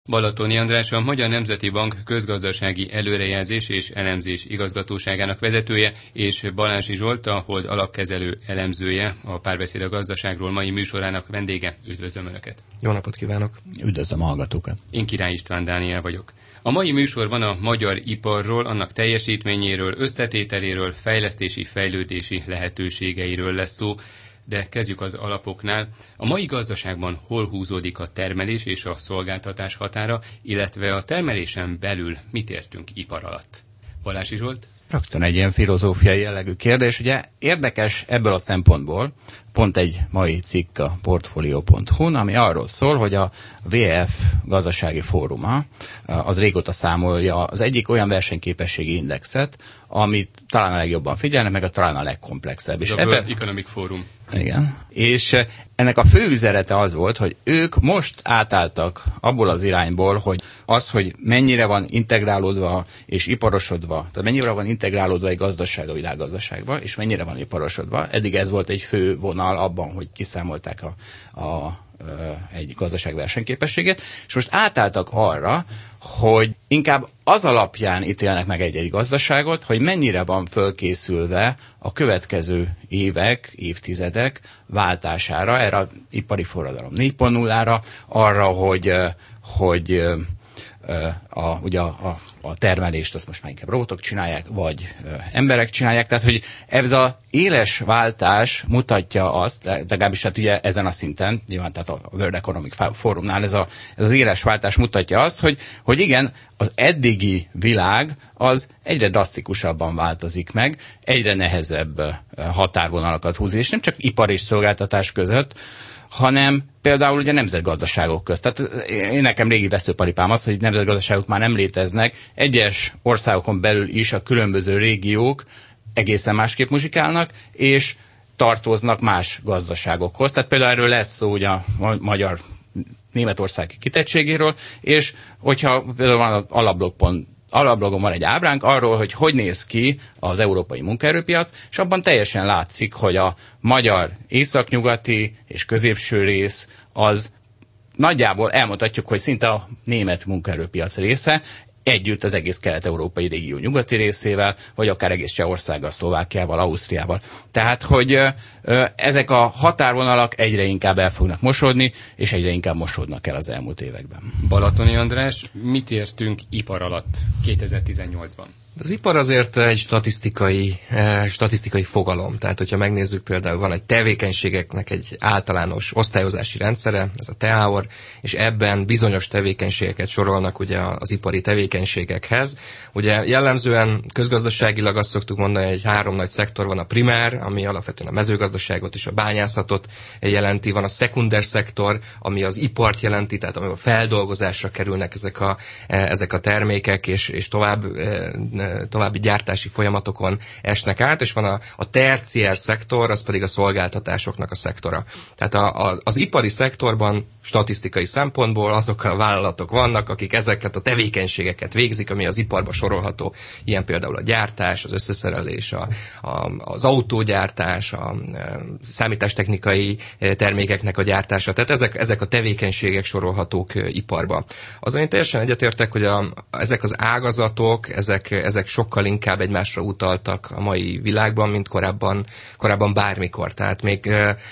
Balatoni András, a Magyar Nemzeti Bank közgazdasági előrejelzés és elemzés igazgatóságának vezetője, és Balázsi Zsolt, a Hold alapkezelő elemzője, a Párbeszéd a gazdaságról mai műsorának vendége. Üdvözlöm Önöket! Jó napot kívánok! Üdvözlöm a hallgatókat! Én Király István Dániel vagyok. A mai műsorban a magyar iparról, annak teljesítményéről, összetételéről, fejlesztési-fejlődési lehetőségeiről lesz szó, de kezdjük az alapoknál. A mai gazdaságban hol húzódik a termelés és a szolgáltatás határa, illetve a termelésen belül mit értünk ipar alatt? Balázsi Zsolt? Rögtön egy ilyen filozófiai jellegű kérdés. Ugye érdekes ebből a szempontból, pont egy mai cikk a Portfolio.hu-n, ami arról szól, hogy a WEF gazdasági fóruma az régóta számolja az egyik olyan versenyképességi indexet, amit talán a legjobban figyelnek, meg talán a legkomplexebb. Ez a World Economic Forum. Igen. És ennek a fő üzenete az volt, hogy ők most átálltak abból az irányból, hogy mennyire van integrálódva és iparosodva, tehát mennyire van integrálódva egy gazdaság a világgazdaságba, és mennyire van iparosodva. Eddig ez volt egy fő vonal abban, hogy kiszámolták egy gazdaság versenyképességét, és most átálltak arra, hogy inkább az alapján ítélnek meg egy gazdaságot, hogy mennyire van fölkészülve a következő évek, évtizedek váltására, erre az ipari forradalom 4.0-ra, arra, hogy a termelést azt most már inkább robotok csinálják, vagy emberek csinálják. Tehát, hogy ez az éles váltás mutatja azt, legalábbis hát ugye ezen a szinten, nyilván tehát a World Economic Forumnál ez az éles váltás mutatja azt, hogy igen, az eddigi világ az egyre drasztikusabban változik meg, egyre nehezebb határvonalakat húzni, és nem csak ipar és szolgáltatás között, hanem például ugye nemzetgazdaságok közt. Tehát nekem régi veszőparipám az, hogy nemzetgazdaságok már nem léteznek. Egyes országokon belül is a különböző régiók egészen másképp muzsikálnak, és tartoznak más gazdaságokhoz. Tehát például erről lesz szó ugye a magyar Németország kitettségéről, és hogyha például van az alapblogon van egy ábránk arról, hogy néz ki az európai munkaerőpiac, és abban teljesen látszik, hogy a magyar északnyugati és középső rész az nagyjából elmondhatjuk, hogy szinte a német munkaerőpiac része, együtt az egész kelet-európai régió nyugati részével, vagy akár egész Csehországgal, Szlovákiával, Ausztriával. Tehát, hogy ezek a határvonalak egyre inkább el fognak mosódni, és egyre inkább mosódnak el az elmúlt években. Balatoni András, mit értünk ipar alatt 2018-ban? Az ipar azért egy statisztikai fogalom. Tehát, hogyha megnézzük például, van egy tevékenységeknek egy általános osztályozási rendszere, ez a TEAOR, és ebben bizonyos tevékenységeket sorolnak ugye az ipari tevékenységekhez. Ugye jellemzően közgazdaságilag azt szoktuk mondani, hogy 3 nagy szektor van: a primár, ami alapvetően a mezőgazdaságot és a bánászatot jelenti, van a szekunder szektor, ami az ipart jelenti, tehát amivel feldolgozásra kerülnek ezek a termékek, és további gyártási folyamatokon esnek át, és van a terciár szektor, az pedig a szolgáltatásoknak a szektora. Tehát az ipari szektorban statisztikai szempontból azok a vállalatok vannak, akik ezeket a tevékenységeket végzik, ami az iparba sorolható, ilyen például a gyártás, az összeszerelés, az autógyártás, a számítástechnikai termékeknek a gyártása, tehát ezek a tevékenységek sorolhatók iparba. Azon én teljesen egyetértek, hogy ezek az ágazatok, ezek sokkal inkább egymásra utaltak a mai világban, mint korábban bármikor. Tehát még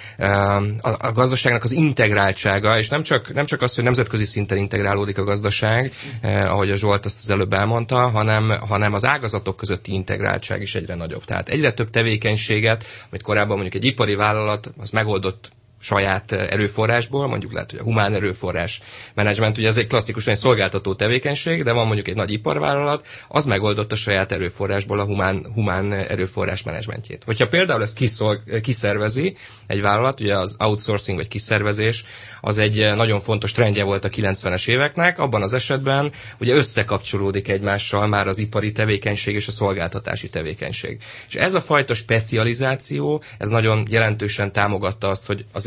a gazdaságnak az integráltsága, és nem csak az, hogy nemzetközi szinten integrálódik a gazdaság, ahogy a Zsolt azt az előbb elmondta, hanem az ágazatok közötti integráltság is egyre nagyobb. Tehát egyre több tevékenységet, amit korábban mondjuk egy ipari vállalat az megoldott saját erőforrásból, mondjuk lehet, hogy a humán erőforrás menedzsment, ugye ez egy klasszikusan egy szolgáltató tevékenység, de van mondjuk egy nagy iparvállalat, az megoldott a saját erőforrásból a humán erőforrás menedzsmentjét. Hogyha például ezt kiszervezi egy vállalat, ugye az outsourcing vagy kiszervezés, az egy nagyon fontos trendje volt a 90-es éveknek, abban az esetben ugye összekapcsolódik egymással már az ipari tevékenység és a szolgáltatási tevékenység. És ez a fajta specializáció, ez nagyon jelentősen támogatta azt, hogy az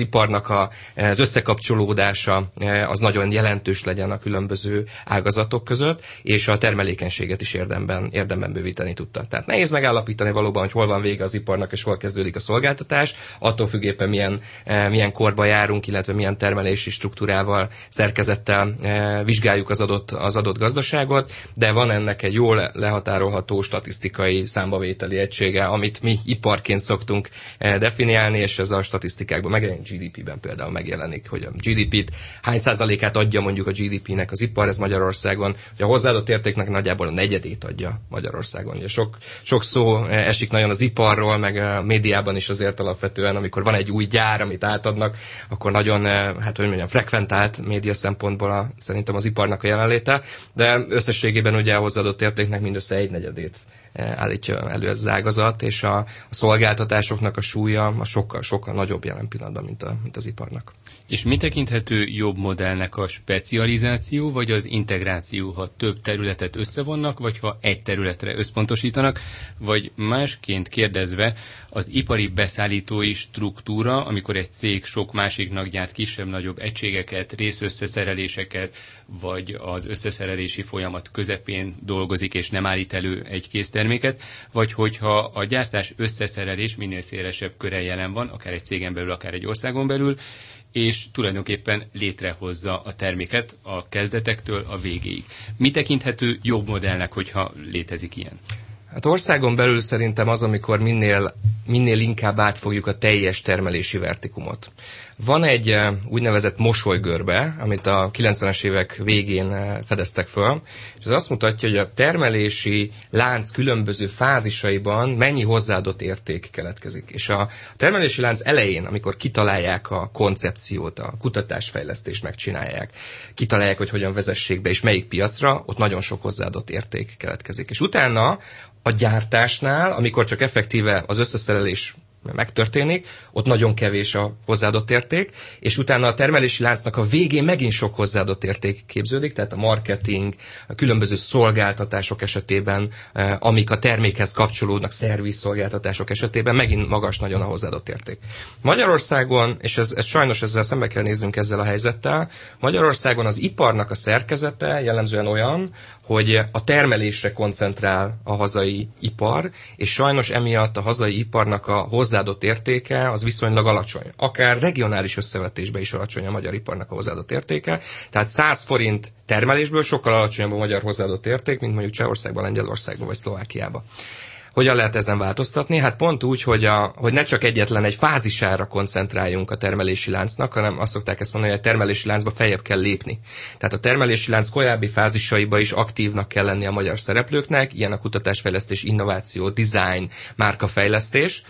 iparnak az összekapcsolódása az nagyon jelentős legyen a különböző ágazatok között, és a termelékenységet is érdemben bővíteni tudta. Tehát nehéz megállapítani valóban, hogy hol van vége az iparnak, és hol kezdődik a szolgáltatás, attól függéppen milyen korba járunk, illetve milyen termelési struktúrával, szerkezettel vizsgáljuk az adott gazdaságot, de van ennek egy jól lehatárolható statisztikai számbavételi egysége, amit mi iparként szoktunk definiálni, és ez a statisztikákban megjelenik, GDP-ben például megjelenik, hogy a GDP-t hány százalékát adja mondjuk a GDP-nek az ipar, ez Magyarországon, hogy a hozzáadott értéknek nagyjából a negyedét adja Magyarországon. Ugye sok szó esik nagyon az iparról, meg a médiában is azért alapvetően, amikor van egy új gyár, amit átadnak, akkor nagyon, frekventált média szempontból szerintem az iparnak a jelenléte, de összességében ugye a hozzáadott értéknek mindössze egy negyedét állítja elő ez az ágazat, és a szolgáltatásoknak a súlya a sokkal nagyobb jelen pillanatban, mint az iparnak. És mi tekinthető jobb modellnek, a specializáció vagy az integráció, ha több területet összevonnak, vagy ha egy területre összpontosítanak, vagy másként kérdezve az ipari beszállítói struktúra, amikor egy cég sok másiknak gyárt kisebb-nagyobb egységeket, részösszeszereléseket, vagy az összeszerelési folyamat közepén dolgozik és nem állít elő egy készterméket, vagy hogyha a gyártás összeszerelés minél szélesebb köre jelen van, akár egy cégen belül, akár egy országon belül, és tulajdonképpen létrehozza a terméket a kezdetektől a végéig. Mi tekinthető jobb modellnek, hogyha létezik ilyen? Hát országon belül szerintem az, amikor minél inkább átfogjuk a teljes termelési vertikumot. Van egy úgynevezett mosolygörbe, amit a 90-es évek végén fedeztek föl, és ez azt mutatja, hogy a termelési lánc különböző fázisaiban mennyi hozzáadott érték keletkezik. És a termelési lánc elején, amikor kitalálják a koncepciót, a kutatásfejlesztést megcsinálják, kitalálják, hogy hogyan vezessék be és melyik piacra, ott nagyon sok hozzáadott érték keletkezik. És utána a gyártásnál, amikor csak effektíve az összeszerelés megtörténik, ott nagyon kevés a hozzáadott érték, és utána a termelési láncnak a végén megint sok hozzáadott érték képződik, tehát a marketing, a különböző szolgáltatások esetében, amik a termékhez kapcsolódnak, szervizszolgáltatások esetében megint magas nagyon a hozzáadott érték. Magyarországon, és ez sajnos ezzel szembe kell néznünk ezzel a helyzettel, Magyarországon az iparnak a szerkezete jellemzően olyan, hogy a termelésre koncentrál a hazai ipar, és sajnos emiatt a hazai iparnak a hozzáadott értéke az viszonylag alacsony. Akár regionális összevetésben is alacsony a magyar iparnak a hozzáadott értéke. Tehát 100 forint termelésből sokkal alacsonyabb a magyar hozzáadott érték, mint mondjuk Csehországban, Lengyelországban vagy Szlovákiában. Hogyan lehet ezen változtatni? Hát pont úgy, hogy ne csak egyetlen egy fázisára koncentráljunk a termelési láncnak, hanem azt szokták ezt mondani, hogy a termelési láncba feljebb kell lépni. Tehát a termelési lánc korábbi fázisaiba is aktívnak kell lenni a magyar szereplőknek, ilyen a kutatásfejlesztés, innováció, design, márkafejlesztés.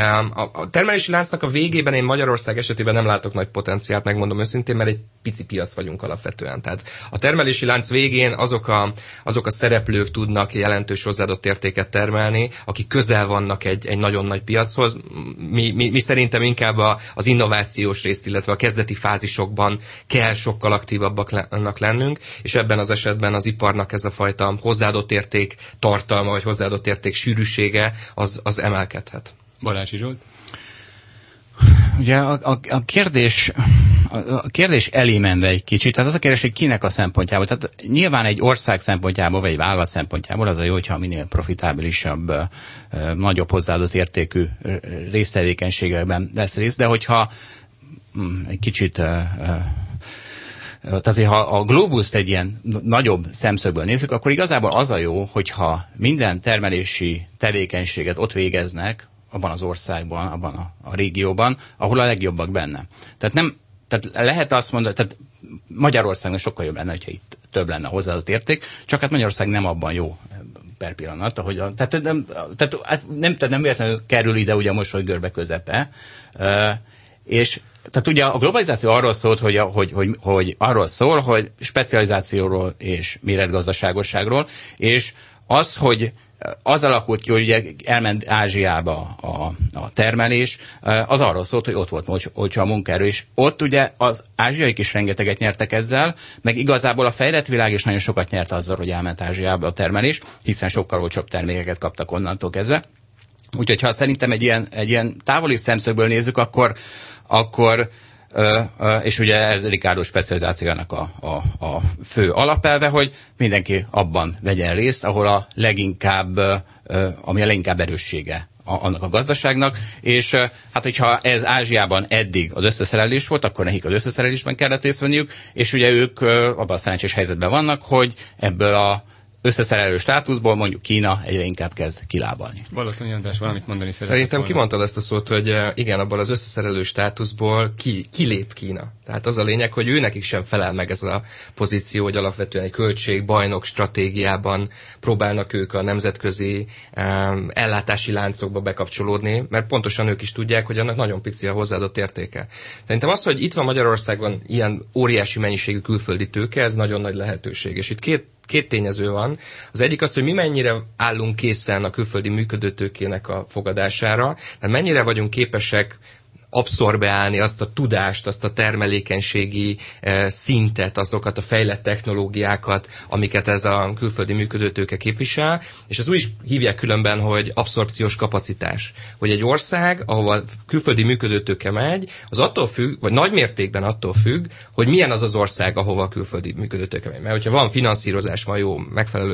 A termelési láncnak a végében én Magyarország esetében nem látok nagy potenciált, megmondom őszintén, mert egy pici piac vagyunk alapvetően. Tehát a termelési lánc végén azok a szereplők tudnak jelentős hozzáadott értéket termelni, akik közel vannak egy nagyon nagy piachoz. Mi szerintem inkább az innovációs részt, illetve a kezdeti fázisokban kell sokkal aktívabbaknak lennünk, és ebben az esetben az iparnak ez a fajta hozzáadott érték tartalma, vagy hozzáadott érték sűrűsége az emelkedhet. Balási Zsolt? Ugye a kérdés elé menve egy kicsit, tehát az a kérdés, hogy kinek a szempontjából. Tehát nyilván egy ország szempontjából, vagy egy vállalat szempontjából az a jó, hogyha minél profitábilisabb, nagyobb hozzáadott értékű résztevékenységekben lesz részt, de hogyha egy kicsit... Tehát, ha a globuszt egy ilyen nagyobb szemszögből nézzük, akkor igazából az a jó, hogyha minden termelési tevékenységet ott végeznek, abban az országban, abban a régióban, ahol a legjobbak benne. Tehát lehet azt mondani, tehát Magyarországon sokkal jobb lenne, hogyha itt több lenne a hozzáadott érték, csak hát Magyarország nem abban jó per pillanat, ahogy nem véletlenül kerül ide ugye a mosolygörbe közepe, és tehát ugye a globalizáció arról szólt, hogy arról szól, hogy specializációról és méretgazdaságosságról, és az, hogy az alakult ki, hogy ugye elment Ázsiába a termelés, az arról szólt, hogy ott volt olcsó a munkaerő, és ott ugye az ázsiaiak is rengeteget nyertek ezzel, meg igazából a fejlett világ is nagyon sokat nyert azzal, hogy elment Ázsiába a termelés, hiszen sokkal olcsóbb termékeket kaptak onnantól kezdve. Úgyhogy ha szerintem egy ilyen távoli szemszögből nézzük, akkor és ugye ez Ricardo specializációjának a fő alapelve, hogy mindenki abban vegyen részt, ahol ami a leginkább erőssége annak a gazdaságnak, és hát hogyha ez Ázsiában eddig az összeszerelés volt, akkor nekik az összeszerelésben kellett részt venniük, és ugye ők abban a szerencsés helyzetben vannak, hogy ebből a összeszerelő státuszból mondjuk Kína egyre inkább kezd kilábalni. Balatoni András, valamit mondani szeretett Szerintem volna. kimondtad ezt a szót, hogy igen, abban az összeszerelő státuszból kilép Kína. Tehát az a lényeg, hogy ő nekik sem felel meg ez a pozíció, hogy alapvetően egy költség-bajnok stratégiában próbálnak ők a nemzetközi ellátási láncokba bekapcsolódni, mert pontosan ők is tudják, hogy annak nagyon pici a hozzáadott értéke. Szerintem az, hogy itt van Magyarországon ilyen óriási mennyiségű külföldi tőke, ez nagyon nagy lehetőség. És itt két tényező van. Az egyik az, hogy mi mennyire állunk készen a külföldi működőtőkének a fogadására, tehát mennyire vagyunk képesek abszorbálni azt a tudást, azt a termelékenységi szintet, azokat a fejlett technológiákat, amiket ez a külföldi működőtőke képvisel, és az úgy is hívják különben, hogy abszorpciós kapacitás. Hogy egy ország, ahova külföldi működőtőke megy, az attól függ, vagy nagy mértékben attól függ, hogy milyen az az ország, ahova a külföldi működőtőke megy. Mert hogyha van finanszírozás, van jó, megfelelő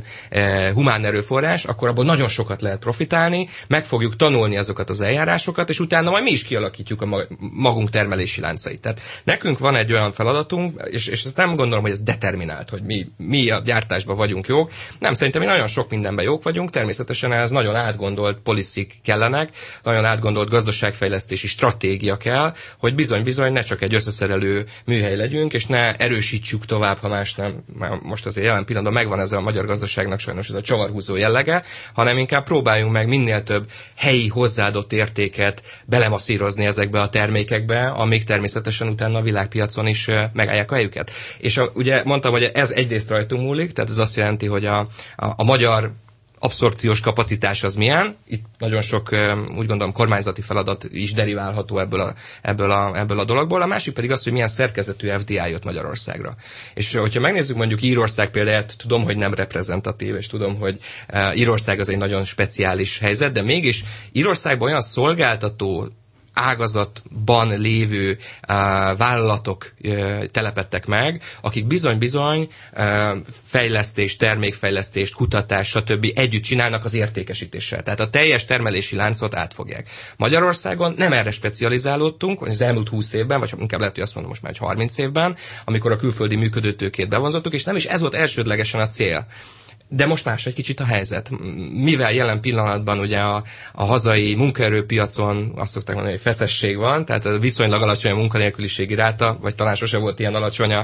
humán erőforrás, akkor abból nagyon sokat lehet profitálni, meg fogjuk tanulni azokat az eljárásokat, és utána majd mi is kialakítjuk a magunk termelési láncait. Tehát nekünk van egy olyan feladatunk, és ezt nem gondolom, hogy ez determinált, hogy mi a gyártásban vagyunk jók. Nem, szerintem mi nagyon sok mindenben jók vagyunk, természetesen ez nagyon átgondolt policy kellenek, nagyon átgondolt gazdaságfejlesztési stratégia kell, hogy bizony-bizony ne csak egy összeszerelő műhely legyünk, és ne erősítsük tovább, ha más nem, most azért jelen pillanatban megvan ez a magyar gazdaságnak sajnos ez a csavarhúzó jellege, hanem inkább próbáljunk meg minél több helyi hozzáadott értéket belemasszírozni ezekbe a termékekbe, amik természetesen utána a világpiacon is megállják a helyüket. És ugye mondtam, hogy ez egyrészt rajtunk múlik, tehát ez azt jelenti, hogy a magyar abszorpciós kapacitás az milyen. Itt nagyon sok, úgy gondolom, kormányzati feladat is deriválható ebből a dologból. A másik pedig az, hogy milyen szerkezetű FDI jött Magyarországra. És hogyha megnézzük mondjuk Írország példáját, tudom, hogy nem reprezentatív, és tudom, hogy Írország az egy nagyon speciális helyzet, de mégis Írországban olyan szolgáltató ágazatban lévő vállalatok telepedtek meg, akik bizony-bizony fejlesztést, termékfejlesztést, kutatást, stb. Együtt csinálnak az értékesítéssel. Tehát a teljes termelési láncot átfogják. Magyarországon nem erre specializálódtunk, az elmúlt 20 évben, vagy inkább lehet, hogy azt mondom most már, hogy 30 évben, amikor a külföldi működőtőkét bevonzottuk, és nem is ez volt elsődlegesen a cél. De most más egy kicsit a helyzet. Mivel jelen pillanatban ugye a hazai munkaerőpiacon azt szokták mondani, hogy feszesség van, tehát viszonylag alacsony a munkanélküliségi ráta, vagy talán sose volt ilyen alacsony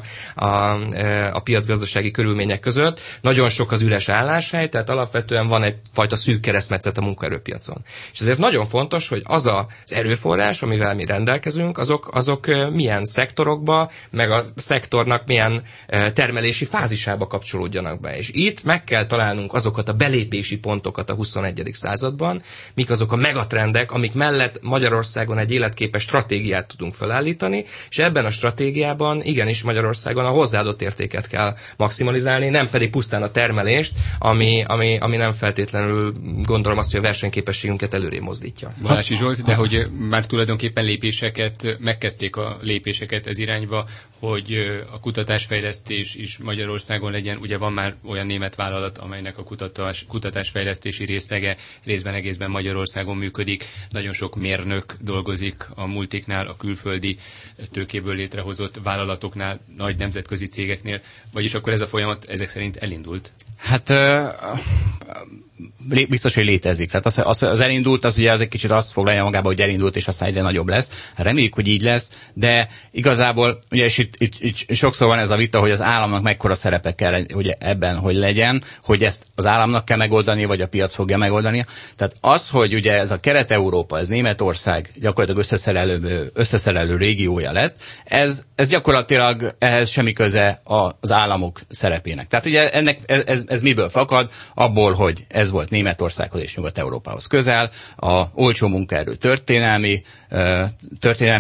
a piacgazdasági körülmények között. Nagyon sok az üres álláshely, tehát alapvetően van egyfajta szűk keresztmetszet a munkaerőpiacon. És ezért nagyon fontos, hogy az az erőforrás, amivel mi rendelkezünk, azok milyen szektorokba, meg a szektornak milyen termelési fázisába kapcsolódjanak be. És itt meg kell találnunk azokat a belépési pontokat a 21. században, mik azok a megatrendek, amik mellett Magyarországon egy életképes stratégiát tudunk felállítani, és ebben a stratégiában igenis Magyarországon a hozzáadott értéket kell maximalizálni, nem pedig pusztán a termelést, ami nem feltétlenül gondolom azt, hogy a versenyképességünket előré mozdítja. Balási Zsolt, de hogy már tulajdonképpen megkezdték a lépéseket ez irányba, hogy a kutatásfejlesztés is Magyarországon legyen. Ugye van már olyan német vállalat, amelynek a kutatásfejlesztési részlege részben egészben Magyarországon működik. Nagyon sok mérnök dolgozik a multiknál, a külföldi tőkéből létrehozott vállalatoknál, nagy nemzetközi cégeknél. Vagyis akkor ez a folyamat ezek szerint elindult? Hát biztos, hogy létezik. Tehát az elindult, az ugye az egy kicsit azt foglalja magába, hogy elindult, és aztán egyre nagyobb lesz. Reméljük, hogy így lesz, de igazából, ugye, és itt sokszor van ez a vita, hogy az államnak mekkora szerepe kell hogy ebben, hogy legyen, hogy ezt az államnak kell megoldani, vagy a piac fogja megoldani. Tehát az, hogy ugye ez a Kelet-Európa, ez Németország gyakorlatilag összeszerelő régiója lett, ez gyakorlatilag ehhez semmi köze az államok szerepének. Tehát ugye ez miből fakad? Abból, hogy ez volt Németországhoz és Nyugat-Európához közel, a olcsó munkaerő történelmi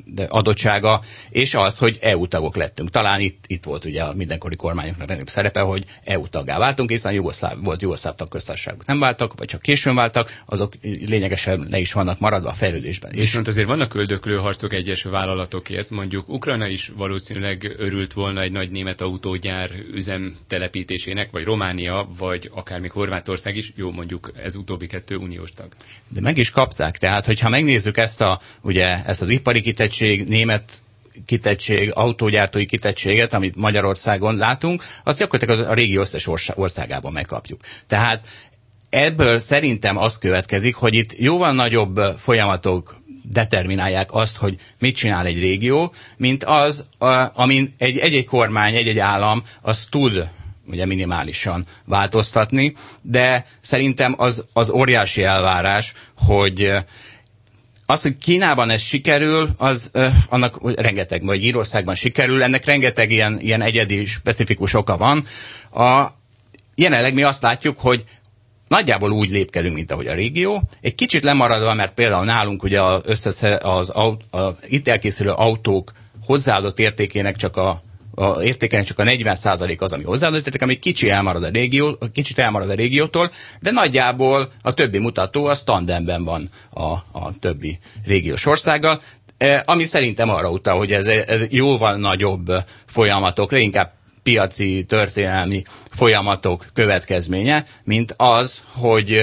adottsága, és az, hogy EU tagok lettünk. Talán itt volt ugye a mindenkori kormányoknak legnagyobb szerepe, hogy EU taggá váltunk, hiszen jugoszláv tagköztársaságok nem váltak, vagy csak későn váltak, azok lényegesen le is vannak maradva a fejlődésben. Viszont azért vannak öldöklő harcok egyes vállalatokért, mondjuk Ukrajna is valószínűleg örült volna egy nagy német autógyár üzem telepítésének, vagy Románia, vagy akár még Horvátország is, jó, mondjuk ez utóbbi 2 uniós tag. De meg is kapták, tehát hogyha megnézzük ezt az ipari kitettség, német kitettség, autógyártói kitettséget, amit Magyarországon látunk, azt gyakorlatilag a régió összes országában megkapjuk. Tehát ebből szerintem az következik, hogy itt jóval nagyobb folyamatok determinálják azt, hogy mit csinál egy régió, mint az, amin egy kormány, egy állam az tud ugye minimálisan változtatni, de szerintem az óriási elvárás, hogy az, hogy Kínában ez sikerül, annak rengeteg, vagy Írországban sikerül, ennek rengeteg ilyen egyedi, specifikus oka van. Jelenleg mi azt látjuk, hogy nagyjából úgy lépkedünk, mint ahogy a régió. Egy kicsit lemaradva, mert például nálunk ugye az itt elkészülő autók hozzáadott értékének csak a 40% az, ami hozzáadott érték, ami kicsit elmarad a régiótól, de nagyjából a többi mutató az tandemben van a többi régiós országgal, ami szerintem arra utal, hogy ez jóval nagyobb folyamatok, inkább piaci, történelmi folyamatok következménye, mint hogy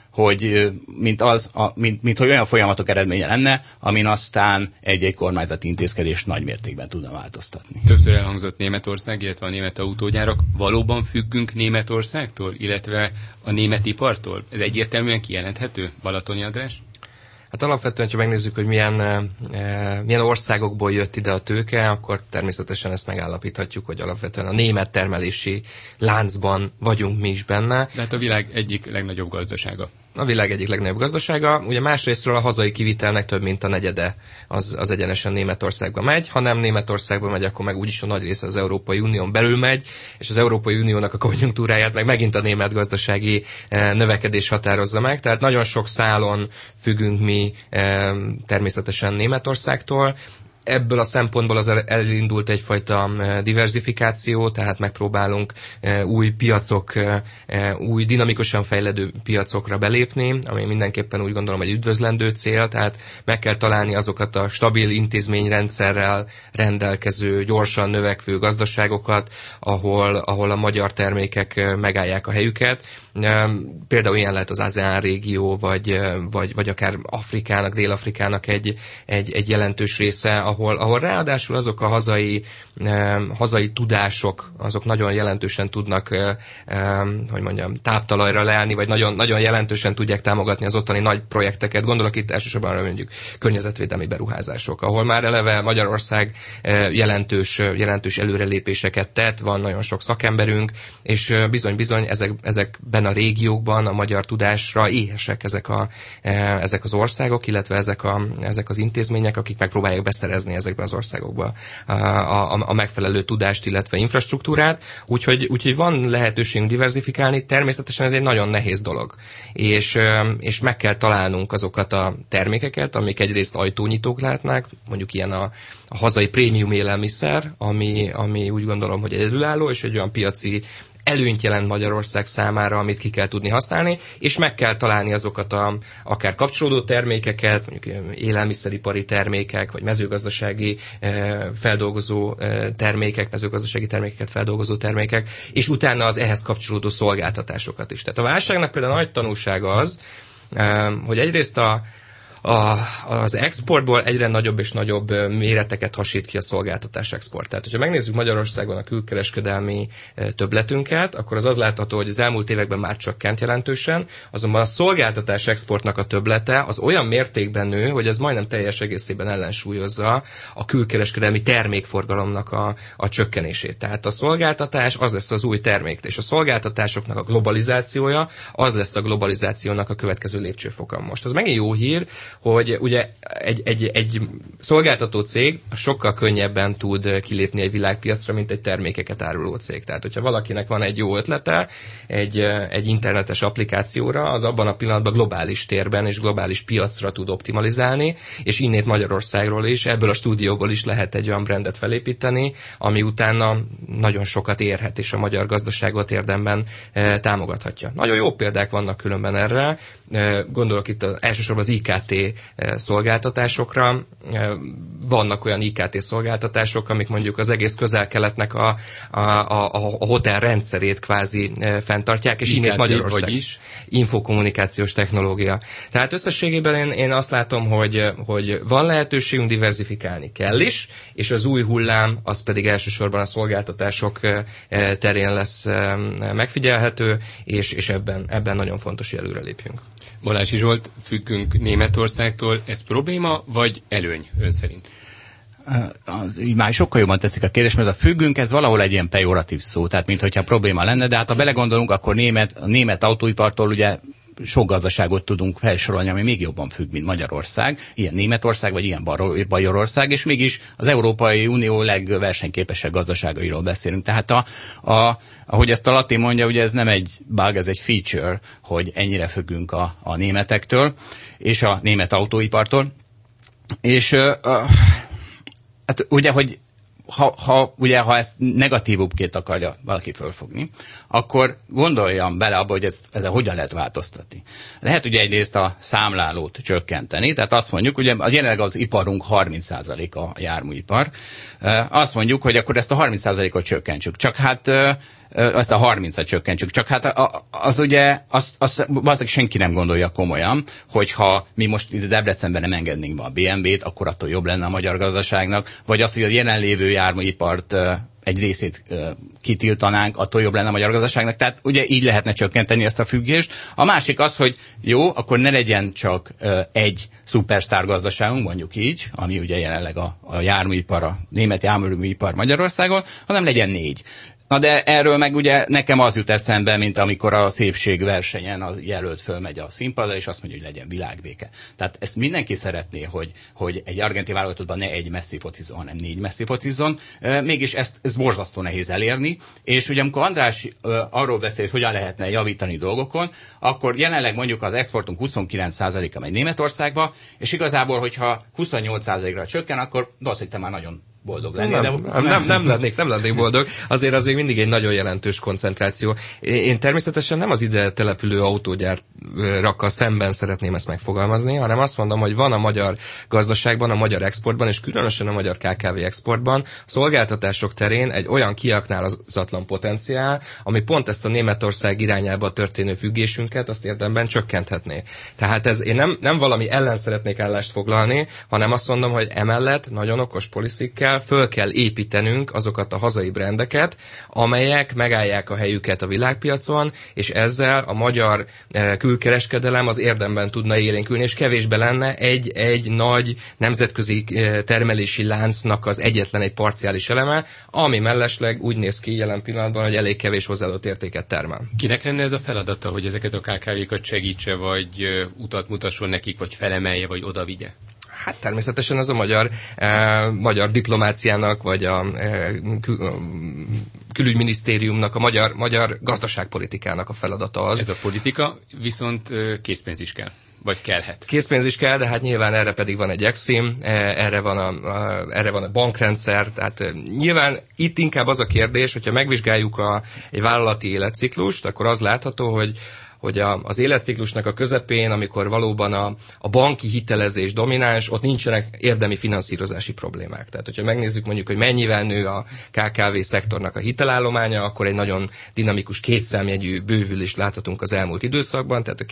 olyan folyamatok eredménye lenne, amin aztán egy kormányzati intézkedés nagy mértékben tudna változtatni. Többször elhangzott Németország, illetve a német autógyárak. Valóban függünk Németországtól, illetve a német ipartól? Ez egyértelműen kijelenthető, Balatoni András? Hát alapvetően, ha megnézzük, hogy milyen országokból jött ide a tőke, akkor természetesen ezt megállapíthatjuk, hogy alapvetően a német termelési láncban vagyunk mi is benne. De hát a világ egyik legnagyobb gazdasága. A világ egyik legnagyobb gazdasága. Ugye másrésztről a hazai kivitelnek több mint a negyede az egyenesen Németországba megy. Ha nem Németországba megy, akkor meg úgyis a nagy része az Európai Unión belül megy, és az Európai Uniónak a konjunktúráját meg megint a német gazdasági növekedés határozza meg. Tehát nagyon sok szálon függünk mi természetesen Németországtól. Ebből a szempontból az elindult egyfajta diverzifikáció, tehát megpróbálunk új piacok, új dinamikusan fejlődő piacokra belépni, ami mindenképpen úgy gondolom egy üdvözlendő cél, tehát meg kell találni azokat a stabil intézményrendszerrel rendelkező, gyorsan növekvő gazdaságokat, ahol a magyar termékek megállják a helyüket. Például ilyen lehet az ASEAN régió, vagy akár Afrikának, Dél-Afrikának egy jelentős része, ahol ráadásul azok a hazai tudások, azok nagyon jelentősen tudnak, táptalajra leállni, vagy nagyon, nagyon jelentősen tudják támogatni az ottani nagy projekteket. Gondolok itt elsősorban arra mondjuk környezetvédelmi beruházások, ahol már eleve Magyarország jelentős előrelépéseket tett, van nagyon sok szakemberünk, és bizony ezekben a régiókban a magyar tudásra éhesek ezek az országok, illetve ezek az intézmények, akik megpróbálják beszerezni ezekben az országokba a megfelelő tudást, illetve infrastruktúrát. Úgyhogy van lehetőségünk diverzifikálni, természetesen ez egy nagyon nehéz dolog. És meg kell találnunk azokat a termékeket, amik egyrészt ajtónyitók lehetnek, mondjuk ilyen a hazai prémium élelmiszer, ami úgy gondolom, hogy egyedülálló, és egy olyan piaci előnyt jelent Magyarország számára, amit ki kell tudni használni, és meg kell találni azokat akár kapcsolódó termékeket, mondjuk élelmiszeripari termékek, vagy mezőgazdasági feldolgozó termékek, mezőgazdasági termékeket feldolgozó termékek, és utána az ehhez kapcsolódó szolgáltatásokat is. Tehát a válságnak például nagy tanulsága az, hogy egyrészt az exportból egyre nagyobb és nagyobb méreteket hasít ki a szolgáltatás export. Tehát, hogyha megnézzük Magyarországon a külkereskedelmi többletünket, akkor az látható, hogy az elmúlt években már csökkent jelentősen, azonban a szolgáltatás exportnak a többlete az olyan mértékben nő, hogy ez majdnem teljes egészében ellensúlyozza a külkereskedelmi termékforgalomnak a csökkenését. Tehát a szolgáltatás az lesz az új termék, és a szolgáltatásoknak a globalizációja az lesz a globalizációnak a következő lépcsőfoka. Most az megint jó hír, hogy ugye egy szolgáltató cég sokkal könnyebben tud kilépni egy világpiacra, mint egy termékeket áruló cég. Tehát, hogyha valakinek van egy jó ötlete egy internetes applikációra, az abban a pillanatban globális térben és globális piacra tud optimalizálni, és innét Magyarországról is, ebből a stúdióból is lehet egy olyan brandet felépíteni, ami utána nagyon sokat érhet, és a magyar gazdaságot érdemben támogathatja. Nagyon jó példák vannak különben erre, gondolok itt elsősorban az IKT szolgáltatásokra. Vannak olyan IKT szolgáltatások, amik mondjuk az egész Közel-Keletnek a hotel rendszerét kvázi fenntartják, és innét Magyarország is. Infokommunikációs technológia. Tehát összességében én azt látom, hogy van lehetőségünk diverzifikálni kell is, és az új hullám az pedig elsősorban a szolgáltatások terén lesz megfigyelhető, és ebben nagyon fontos, hogy előrelépjünk. Balási Zsolt, függünk Németországtól, ez probléma, vagy előny ön szerint? Így már sokkal jobban tetszik a kérdés, mert a függünk, ez valahol egy ilyen pejoratív szó, tehát mintha probléma lenne, de hát ha belegondolunk, akkor a német autóipartól ugye sok gazdaságot tudunk felsorolni, ami még jobban függ, mint Magyarország, ilyen Németország, vagy ilyen Bajorország, és mégis az Európai Unió legversenyképesebb gazdaságairól beszélünk. Tehát ahogy ezt a latin mondja, ugye ez nem egy bug, ez egy feature, hogy ennyire függünk a németektől, és a német autóipartól. És hát ugye, hogy ha ezt negatívubként akarja valaki fölfogni, akkor gondoljam bele abba, hogy ezzel hogyan lehet változtatni. Lehet ugye egyrészt a számlálót csökkenteni, tehát azt mondjuk, ugye jelenleg az iparunk 30% a járműipar, azt mondjuk, hogy akkor ezt a 30%-ot csökkentsük. Csak hát ezt a 30-at csökkentsük. Csak hát az ugye, azt valószínűleg senki nem gondolja komolyan, hogyha mi most ide Debrecenben nem engednénk be a BMW-t, akkor attól jobb lenne a magyar gazdaságnak, vagy az, hogy a jelenlévő járműipart egy részét kitiltanánk, attól jobb lenne a magyar gazdaságnak. Tehát ugye így lehetne csökkenteni ezt a függést. A másik az, hogy jó, akkor ne legyen csak egy szupersztár gazdaságunk, mondjuk így, ami ugye jelenleg a járműipar, a német járműipar Magyarországon, hanem legyen 4. Na de erről meg ugye nekem az jut eszembe, mint amikor a szépségversenyen a jelölt fölmegy a színpadra, és azt mondja, hogy legyen világbéke. Tehát ezt mindenki szeretné, hogy egy argentin válogatottban ne egy Messi focizzon, hanem 4 Messi focizzon. Mégis ez borzasztó nehéz elérni. És ugye amikor András arról beszél, hogy hogyan lehetne javítani dolgokon, akkor jelenleg mondjuk az exportunk 29%-a megy Németországba, és igazából, hogyha 28%-ra csökken, akkor valószínűleg te már nagyon boldog lenni. Nem lennék boldog. Azért az még mindig egy nagyon jelentős koncentráció. Én természetesen nem az ide települő autógyárakkal szemben szeretném ezt megfogalmazni, hanem azt mondom, hogy van a magyar gazdaságban, a magyar exportban, és különösen a magyar KKV exportban a szolgáltatások terén egy olyan kiaknázatlan potenciál, ami pont ezt a Németország irányába történő függésünket azt érdemben csökkenthetné. Tehát én nem valami ellen szeretnék állást foglalni, hanem azt mondom, hogy emellett nagyon okos policikkel föl kell építenünk azokat a hazai brandeket, amelyek megállják a helyüket a világpiacon, és ezzel a magyar külkereskedelem az érdemben tudna élénkülni, és kevésbe lenne egy nagy nemzetközi termelési láncnak az egyetlen egy parciális eleme, ami mellesleg úgy néz ki jelen pillanatban, hogy elég kevés hozzáadott értéket termel. Kinek lenne ez a feladata, hogy ezeket a KKV-kat segítse, vagy utat mutasson nekik, vagy felemelje, vagy odavigye? Hát természetesen ez a magyar diplomáciának, vagy a külügyminisztériumnak, a magyar gazdaságpolitikának a feladata az. Ez a politika, viszont készpénz is kell. Vagy kellhet. Készpénz is kell, de hát nyilván erre pedig van egy EXIM, erre van a bankrendszer, tehát nyilván itt inkább az a kérdés, hogyha megvizsgáljuk egy vállalati életciklust, akkor az látható, hogy az életciklusnak a közepén, amikor valóban a banki hitelezés domináns, ott nincsenek érdemi finanszírozási problémák. Tehát, hogyha megnézzük mondjuk, hogy mennyivel nő a KKV szektornak a hitelállománya, akkor egy nagyon dinamikus kétszámjegyű bővülést láthatunk az elmúlt időszakban. Tehát a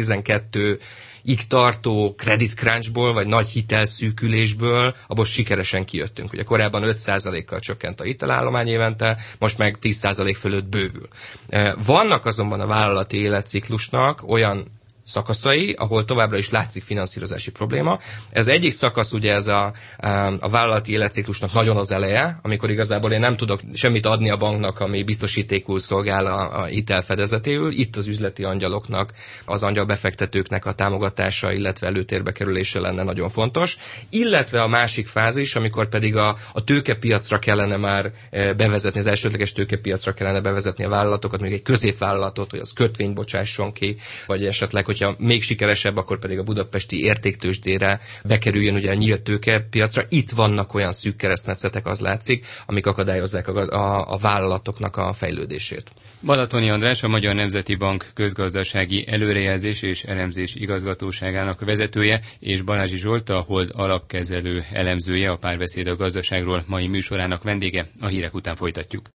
2012-ig tartó credit crunchból, vagy nagy hitelszűkülésből, abból sikeresen kijöttünk. Ugye korábban 5%-kal csökkent a hitelállomány évente, most meg 10% fölött bővül. Vannak azonban a vállalati életciklusnak olyan szakaszai, ahol továbbra is látszik finanszírozási probléma. Ez egyik szakasz ugye ez a vállalati életciklusnak nagyon az eleje, amikor igazából én nem tudok semmit adni a banknak, ami biztosítékul szolgál a hitelfedezetéül. Itt az üzleti angyaloknak, az angyalbefektetőknek a támogatása, illetve előtérbe kerülése lenne nagyon fontos. Illetve a másik fázis, amikor pedig a tőkepiacra kellene már bevezetni, az elsődleges tőkepiacra kellene bevezetni a vállalatokat, mondjuk egy középvállalatot, hogy az kötvényt bocsásson ki, vagy esetleg, hogyha még sikeresebb, akkor pedig a budapesti értéktőzsdére bekerüljön ugye a nyílt tőkepiacra. Itt vannak olyan szűk keresztmetszetek, az látszik, amik akadályozzák a vállalatoknak a fejlődését. Balatoni András, a Magyar Nemzeti Bank közgazdasági előrejelzés és elemzés igazgatóságának vezetője, és Balázsi Zsolt, a Hold alapkezelő elemzője, a Párbeszéd a gazdaságról mai műsorának vendége. A hírek után folytatjuk.